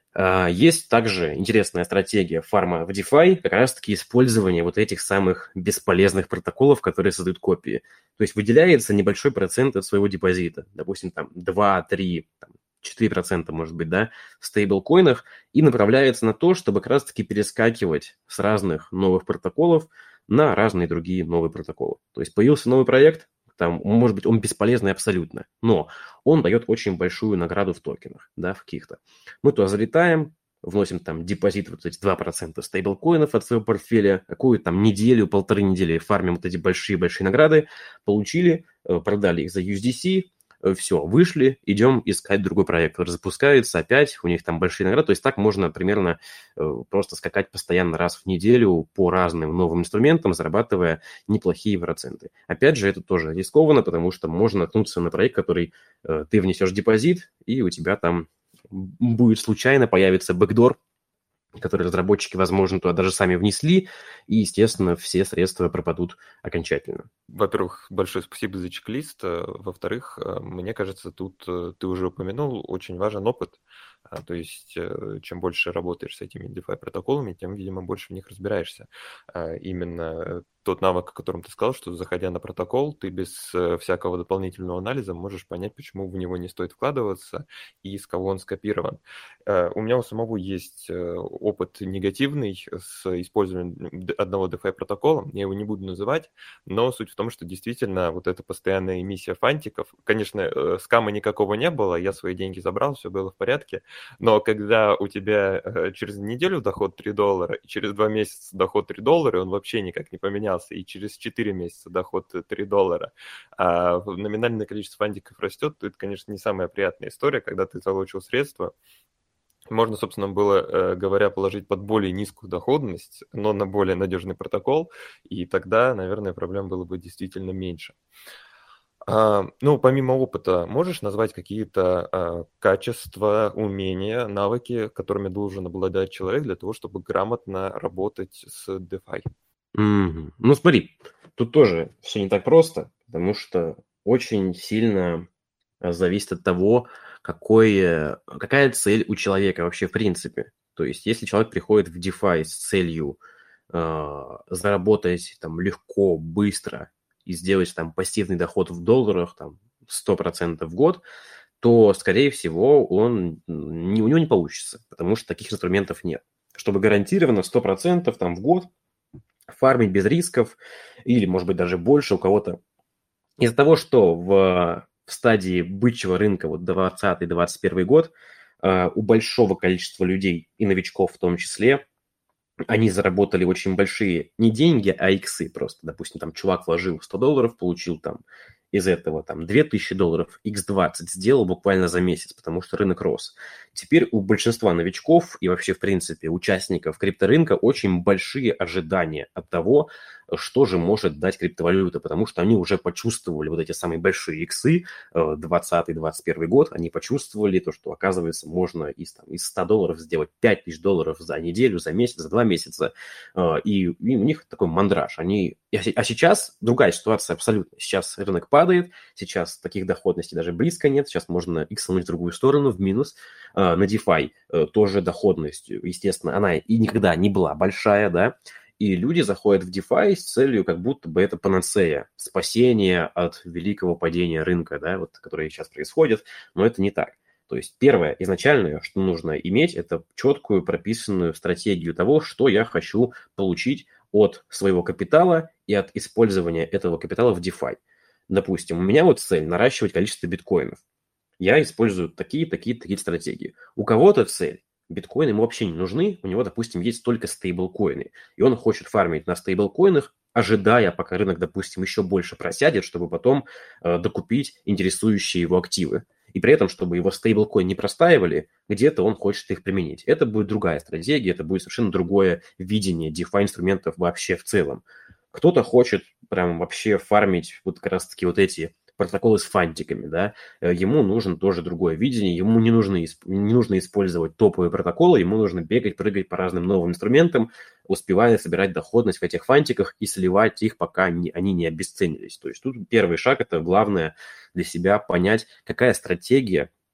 Есть также интересная стратегия фарма в DeFi, как раз-таки использование вот этих самых бесполезных протоколов, которые создают копии. То есть выделяется небольшой процент от своего депозита, допустим, там два, три, четыре процента, может быть, да, в стейблкоинах, и направляется на то, чтобы как раз-таки перескакивать с разных новых протоколов на разные другие новые протоколы. То есть появился новый проект, там, может быть, он бесполезный абсолютно, но он дает очень большую награду в токенах, да, в каких-то. Мы туда залетаем, вносим там депозит, вот эти два процента стейблкоинов от своего портфеля, какую там неделю, полторы недели фармим вот эти большие-большие награды, получили, продали их за ю эс ди си, все, вышли, идем искать другой проект, который запускается опять, у них там большие награды, то есть так можно примерно просто скакать постоянно раз в неделю по разным новым инструментам, зарабатывая неплохие проценты. Опять же, это тоже рискованно, потому что можно наткнуться на проект, который ты внесешь депозит, и у тебя там будет случайно появится бэкдор, которые разработчики, возможно, туда даже сами внесли, и, естественно, все средства пропадут окончательно. Во-первых, большое спасибо за чек-лист. Во-вторых, мне кажется, тут ты уже упомянул, очень важен опыт. То есть, чем больше работаешь с этими DeFi-протоколами, тем, видимо, больше в них разбираешься. Именно тот навык, о котором ты сказал, что, заходя на протокол, ты без всякого дополнительного анализа можешь понять, почему в него не стоит вкладываться и с кого он скопирован. У меня у самого есть опыт негативный с использованием одного DeFi-протокола, я его не буду называть, но суть в том, что действительно вот эта постоянная эмиссия фантиков, конечно, скама никакого не было, я свои деньги забрал, все было в порядке, но когда у тебя через неделю доход три доллара, и через два месяца доход три доллара, он вообще никак не поменялся, и через четыре месяца доход три доллара, а номинальное количество фантиков растет, то это, конечно, не самая приятная история, когда ты залочил средства. Можно, собственно, было, говоря, положить под более низкую доходность, но на более надежный протокол, и тогда, наверное, проблем было бы действительно меньше. Ну, помимо опыта, можешь назвать какие-то качества, умения, навыки, которыми должен обладать человек для того, чтобы грамотно работать с DeFi? Mm-hmm. Ну, смотри, тут тоже все не так просто, потому что очень сильно зависит от того, какой, какая цель у человека вообще в принципе. То есть, если человек приходит в DeFi с целью э, заработать там легко, быстро и сделать там пассивный доход в долларах там сто процентов в год, то, скорее всего, он, не, у него не получится, потому что таких инструментов нет. Чтобы гарантированно сто процентов там в год фармить без рисков или, может быть, даже больше у кого-то. Из-за того, что в, в стадии бычьего рынка, вот двадцатый двадцать первый год, э, у большого количества людей, и новичков в том числе, они заработали очень большие не деньги, а иксы просто. Допустим, там чувак вложил сто долларов, получил там из этого там две тысячи долларов, икс двадцать сделал буквально за месяц, потому что рынок рос. Теперь у большинства новичков и вообще, в принципе, участников крипторынка очень большие ожидания от того, что же может дать криптовалюта, потому что они уже почувствовали вот эти самые большие иксы, двадцатый двадцать первый год, они почувствовали то, что, оказывается, можно из, там, из ста долларов сделать пять тысяч долларов за неделю, за месяц, за два месяца, и, и у них такой мандраж. Они... А сейчас другая ситуация абсолютно. Сейчас рынок падает, сейчас таких доходностей даже близко нет, сейчас можно иксануть в другую сторону, в минус. На DeFi тоже доходность, естественно, она и никогда не была большая, да, и люди заходят в DeFi с целью, как будто бы это панацея, спасение от великого падения рынка, да, вот, которое сейчас происходит, но это не так. То есть первое, изначальное, что нужно иметь, это четкую прописанную стратегию того, что я хочу получить от своего капитала и от использования этого капитала в DeFi. Допустим, у меня вот цель наращивать количество биткоинов. Я использую такие, такие, такие стратегии. У кого-то цель. Биткоины ему вообще не нужны. У него, допустим, есть только стейблкоины. И он хочет фармить на стейблкоинах, ожидая, пока рынок, допустим, еще больше просядет, чтобы потом э, докупить интересующие его активы. И при этом, чтобы его стейблкоин не простаивали, где-то он хочет их применить. Это будет другая стратегия, это будет совершенно другое видение DeFi-инструментов вообще в целом. Кто-то хочет прям вообще фармить вот как раз-таки вот эти протоколы с фантиками, да, ему нужно тоже другое видение, ему не, нужно, не нужно использовать топовые протоколы, ему нужно бегать, прыгать по разным новым инструментам, успевая собирать доходность в этих фантиках и сливать их, пока не, они не обесценились. То есть тут первый шаг – это главное для себя понять, какая стратегия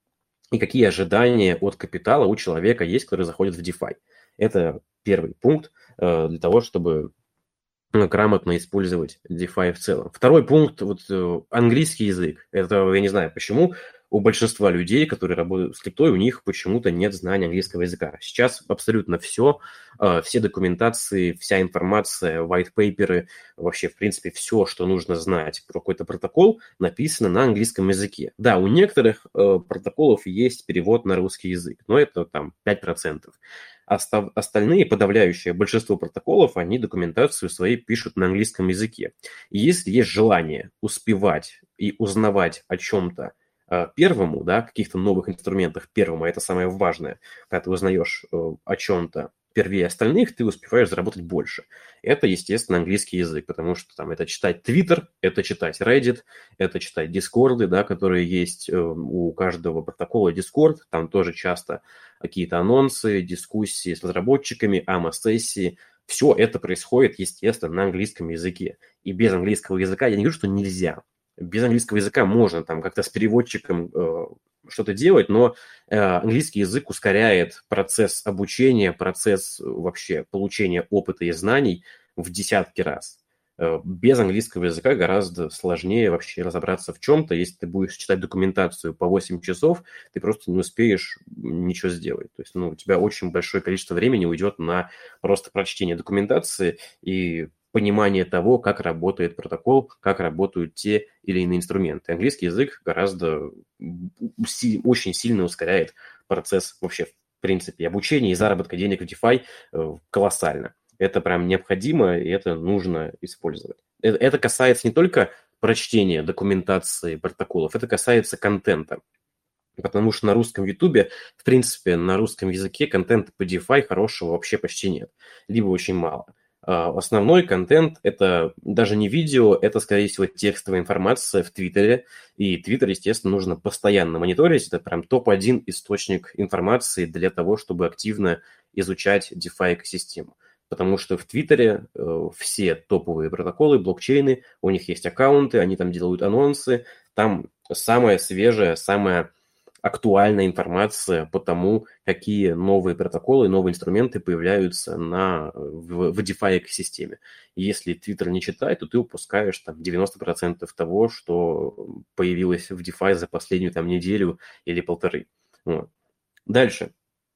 и какие ожидания от капитала у человека есть, который заходит в DeFi. Это первый пункт э, для того, чтобы ну, грамотно использовать DeFi в целом. Второй пункт, вот э, английский язык. Это, я не знаю почему, у большинства людей, которые работают с криптой, у них почему-то нет знания английского языка. Сейчас абсолютно все, э, все документации, вся информация, white paper'ы, вообще, в принципе, все, что нужно знать про какой-то протокол, написано на английском языке. Да, у некоторых э, протоколов есть перевод на русский язык, но это там пять процентов. Остав- Остальные, подавляющее большинство протоколов, они документацию своей пишут на английском языке. И если есть желание успевать и узнавать о чем-то э, первому, да, каких-то новых инструментах первому, а это самое важное, когда ты узнаешь э, о чем-то первее остальных, ты успеваешь заработать больше. Это, естественно, английский язык, потому что там это читать Twitter, это читать Reddit, это читать Discord, да, которые есть э, у каждого протокола Discord, там тоже часто какие-то анонсы, дискуссии с разработчиками, АМА-сессии. Все это происходит, естественно, на английском языке. И без английского языка, я не говорю, что нельзя. Без английского языка можно там как-то с переводчиком э, что-то делать, но э, английский язык ускоряет процесс обучения, процесс вообще получения опыта и знаний в десятки раз. Э, без английского языка гораздо сложнее вообще разобраться в чем-то. Если ты будешь читать документацию по восемь часов, ты просто не успеешь ничего сделать. То есть ну, у тебя очень большое количество времени уйдет на просто прочтение документации и понимание того, как работает протокол, как работают те или иные инструменты. Английский язык гораздо очень сильно ускоряет процесс вообще, в принципе, обучения и заработка денег в DeFi колоссально. Это прям необходимо, и это нужно использовать. Это касается не только прочтения документации протоколов, это касается контента. Потому что на русском Ютубе, в принципе, на русском языке контента по DeFi хорошего вообще почти нет, либо очень мало. Основной контент – это даже не видео, это, скорее всего, текстовая информация в Твиттере. И Твиттер, естественно, нужно постоянно мониторить. Это прям топ один источник информации для того, чтобы активно изучать DeFi-экосистему. Потому что в Твиттере э, все топовые протоколы, блокчейны, у них есть аккаунты, они там делают анонсы. Там самая свежая, самая актуальная информация по тому, какие новые протоколы, новые инструменты появляются на, в, в DeFi-экосистеме. Если Twitter не читает, то ты упускаешь там девяносто процентов того, что появилось в DeFi за последнюю там неделю или полторы. Вот. Дальше.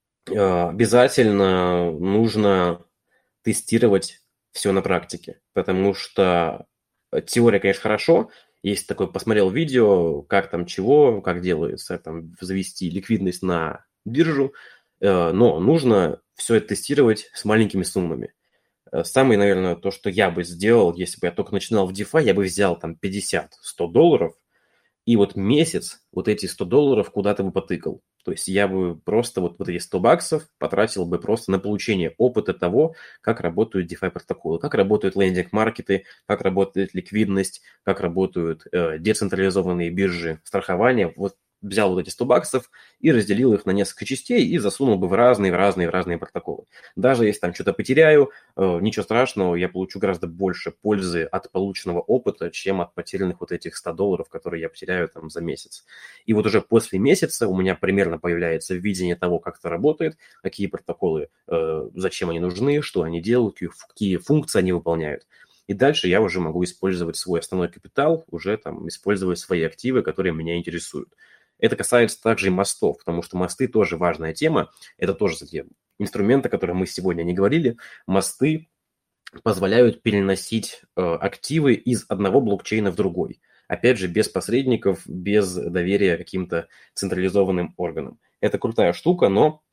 Обязательно нужно тестировать все на практике, потому что теория, конечно, хорошо. Есть такое, посмотрел видео, как там чего, как делается, там, завести ликвидность на биржу, но нужно все это тестировать с маленькими суммами. Самое, наверное, то, что я бы сделал, если бы я только начинал в DeFi, я бы взял там пятьдесят-сто долларов, и вот месяц вот эти сто долларов куда-то бы потыкал. То есть я бы просто вот, вот эти сто баксов потратил бы просто на получение опыта того, как работают DeFi-протоколы, как работают лендинг-маркеты, как работает ликвидность, как работают э, децентрализованные биржи страхования. Вот взял вот эти сто баксов и разделил их на несколько частей и засунул бы в разные, в разные, в разные протоколы. Даже если там что-то потеряю, э, ничего страшного, я получу гораздо больше пользы от полученного опыта, чем от потерянных вот этих ста долларов, которые я потеряю там за месяц. И вот уже после месяца у меня примерно появляется видение того, как это работает, какие протоколы, э, зачем они нужны, что они делают, какие функции они выполняют. И дальше я уже могу использовать свой основной капитал, уже там использовать свои активы, которые меня интересуют. Это касается также и мостов, потому что мосты тоже важная тема. Это тоже такие инструменты, о которых мы сегодня не говорили. Мосты позволяют переносить э, активы из одного блокчейна в другой. Опять же, без посредников, без доверия каким-то централизованным органам. Это крутая штука, но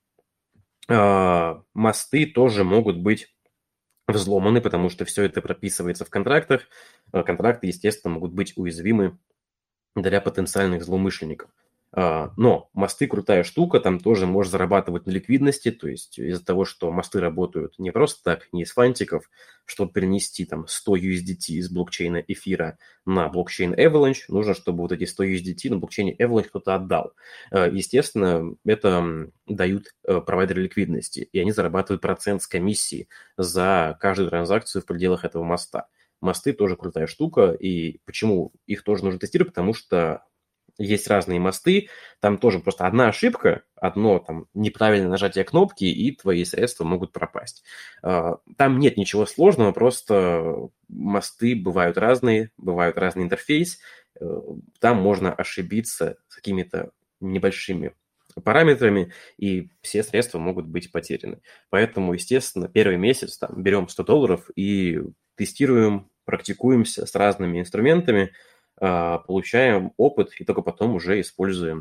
э, мосты тоже могут быть взломаны, потому что все это прописывается в контрактах. Э, контракты, естественно, могут быть уязвимы для потенциальных злоумышленников. Но мосты крутая штука, там тоже можешь зарабатывать на ликвидности, то есть из-за того, что мосты работают не просто так, не из фантиков, чтобы перенести там сто ю эс ди ти из блокчейна эфира на блокчейн Avalanche, нужно, чтобы вот эти сто ю эс ди ти на блокчейне Avalanche кто-то отдал. Естественно, это дают провайдеры ликвидности, и они зарабатывают процент с комиссии за каждую транзакцию в пределах этого моста. Мосты тоже крутая штука, и почему их тоже нужно тестировать, потому что есть разные мосты, там тоже просто одна ошибка, одно там неправильное нажатие кнопки, и твои средства могут пропасть. Там нет ничего сложного, просто мосты бывают разные, бывают разный интерфейс, там можно ошибиться с какими-то небольшими параметрами, и все средства могут быть потеряны. Поэтому, естественно, первый месяц там, берем сто долларов и тестируем, практикуемся с разными инструментами, получаем опыт и только потом уже используем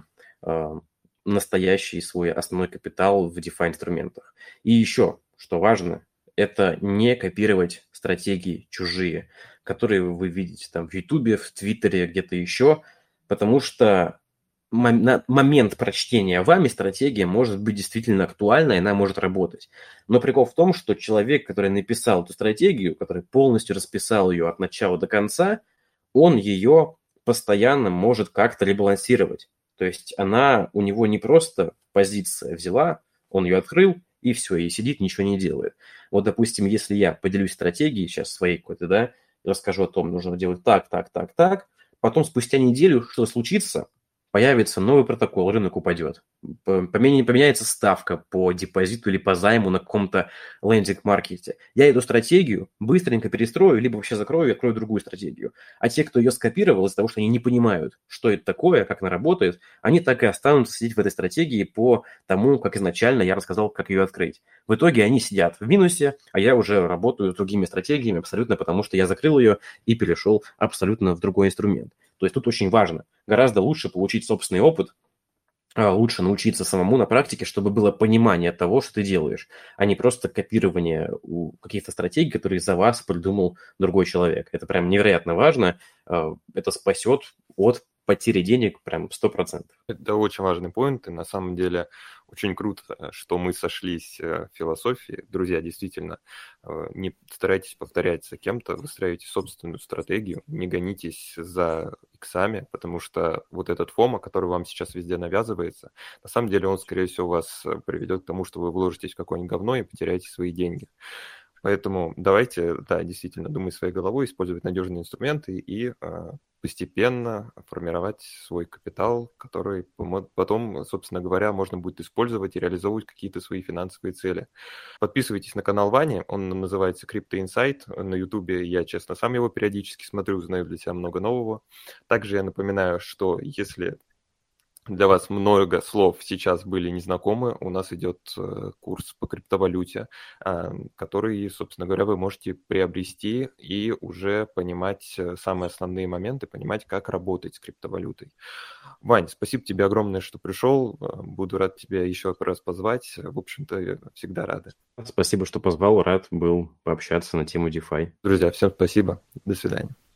настоящий свой основной капитал в DeFi-инструментах. И еще, что важно, это не копировать стратегии чужие, которые вы видите там в Ютубе, в Твиттере, где-то еще, потому что на момент прочтения вами стратегия может быть действительно актуальна, и она может работать. Но прикол в том, что человек, который написал эту стратегию, который полностью расписал ее от начала до конца, он ее постоянно может как-то ребалансировать. То есть она у него не просто позиция взяла, он ее открыл, и все, и сидит, ничего не делает. Вот, допустим, если я поделюсь стратегией сейчас своей какой-то, да, расскажу о том, нужно делать так, так, так, так, потом спустя неделю что-то случится, появится новый протокол, рынок упадет. Поменяется ставка по депозиту или по займу на каком-то лендинг-маркете. Я эту стратегию быстренько перестрою, либо вообще закрою и открою другую стратегию. А те, кто ее скопировал, из-за того, что они не понимают, что это такое, как она работает, они так и останутся сидеть в этой стратегии по тому, как изначально я рассказал, как ее открыть. В итоге они сидят в минусе, а я уже работаю с другими стратегиями абсолютно, потому что я закрыл ее и перешел абсолютно в другой инструмент. То есть тут очень важно. Гораздо лучше получить собственный опыт, лучше научиться самому на практике, чтобы было понимание того, что ты делаешь, а не просто копирование у каких-то стратегий, которые за вас придумал другой человек. Это прям невероятно важно. Это спасет от потери денег прям сто процентов. Это очень важный поинт, и на самом деле очень круто, что мы сошлись в философии. Друзья, действительно, не старайтесь повторять за кем-то, выстраивайте собственную стратегию, не гонитесь за иксами, потому что вот этот фома, который вам сейчас везде навязывается, на самом деле он, скорее всего, вас приведет к тому, что вы вложитесь в какое-нибудь говно и потеряете свои деньги. Поэтому давайте, да, действительно, думать своей головой, использовать надежные инструменты и э, постепенно формировать свой капитал, который потом, собственно говоря, можно будет использовать и реализовывать какие-то свои финансовые цели. Подписывайтесь на канал Вани, он называется Crypto Insight. На Ютубе я, честно, сам его периодически смотрю, узнаю для себя много нового. Также я напоминаю, что если для вас много слов сейчас были незнакомы, у нас идет курс по криптовалюте, который, собственно говоря, вы можете приобрести и уже понимать самые основные моменты, понимать, как работать с криптовалютой. Вань, спасибо тебе огромное, что пришел. Буду рад тебя еще раз позвать. В общем-то, всегда рады. Спасибо, что позвал. Рад был пообщаться на тему DeFi. Друзья, всем спасибо. До свидания.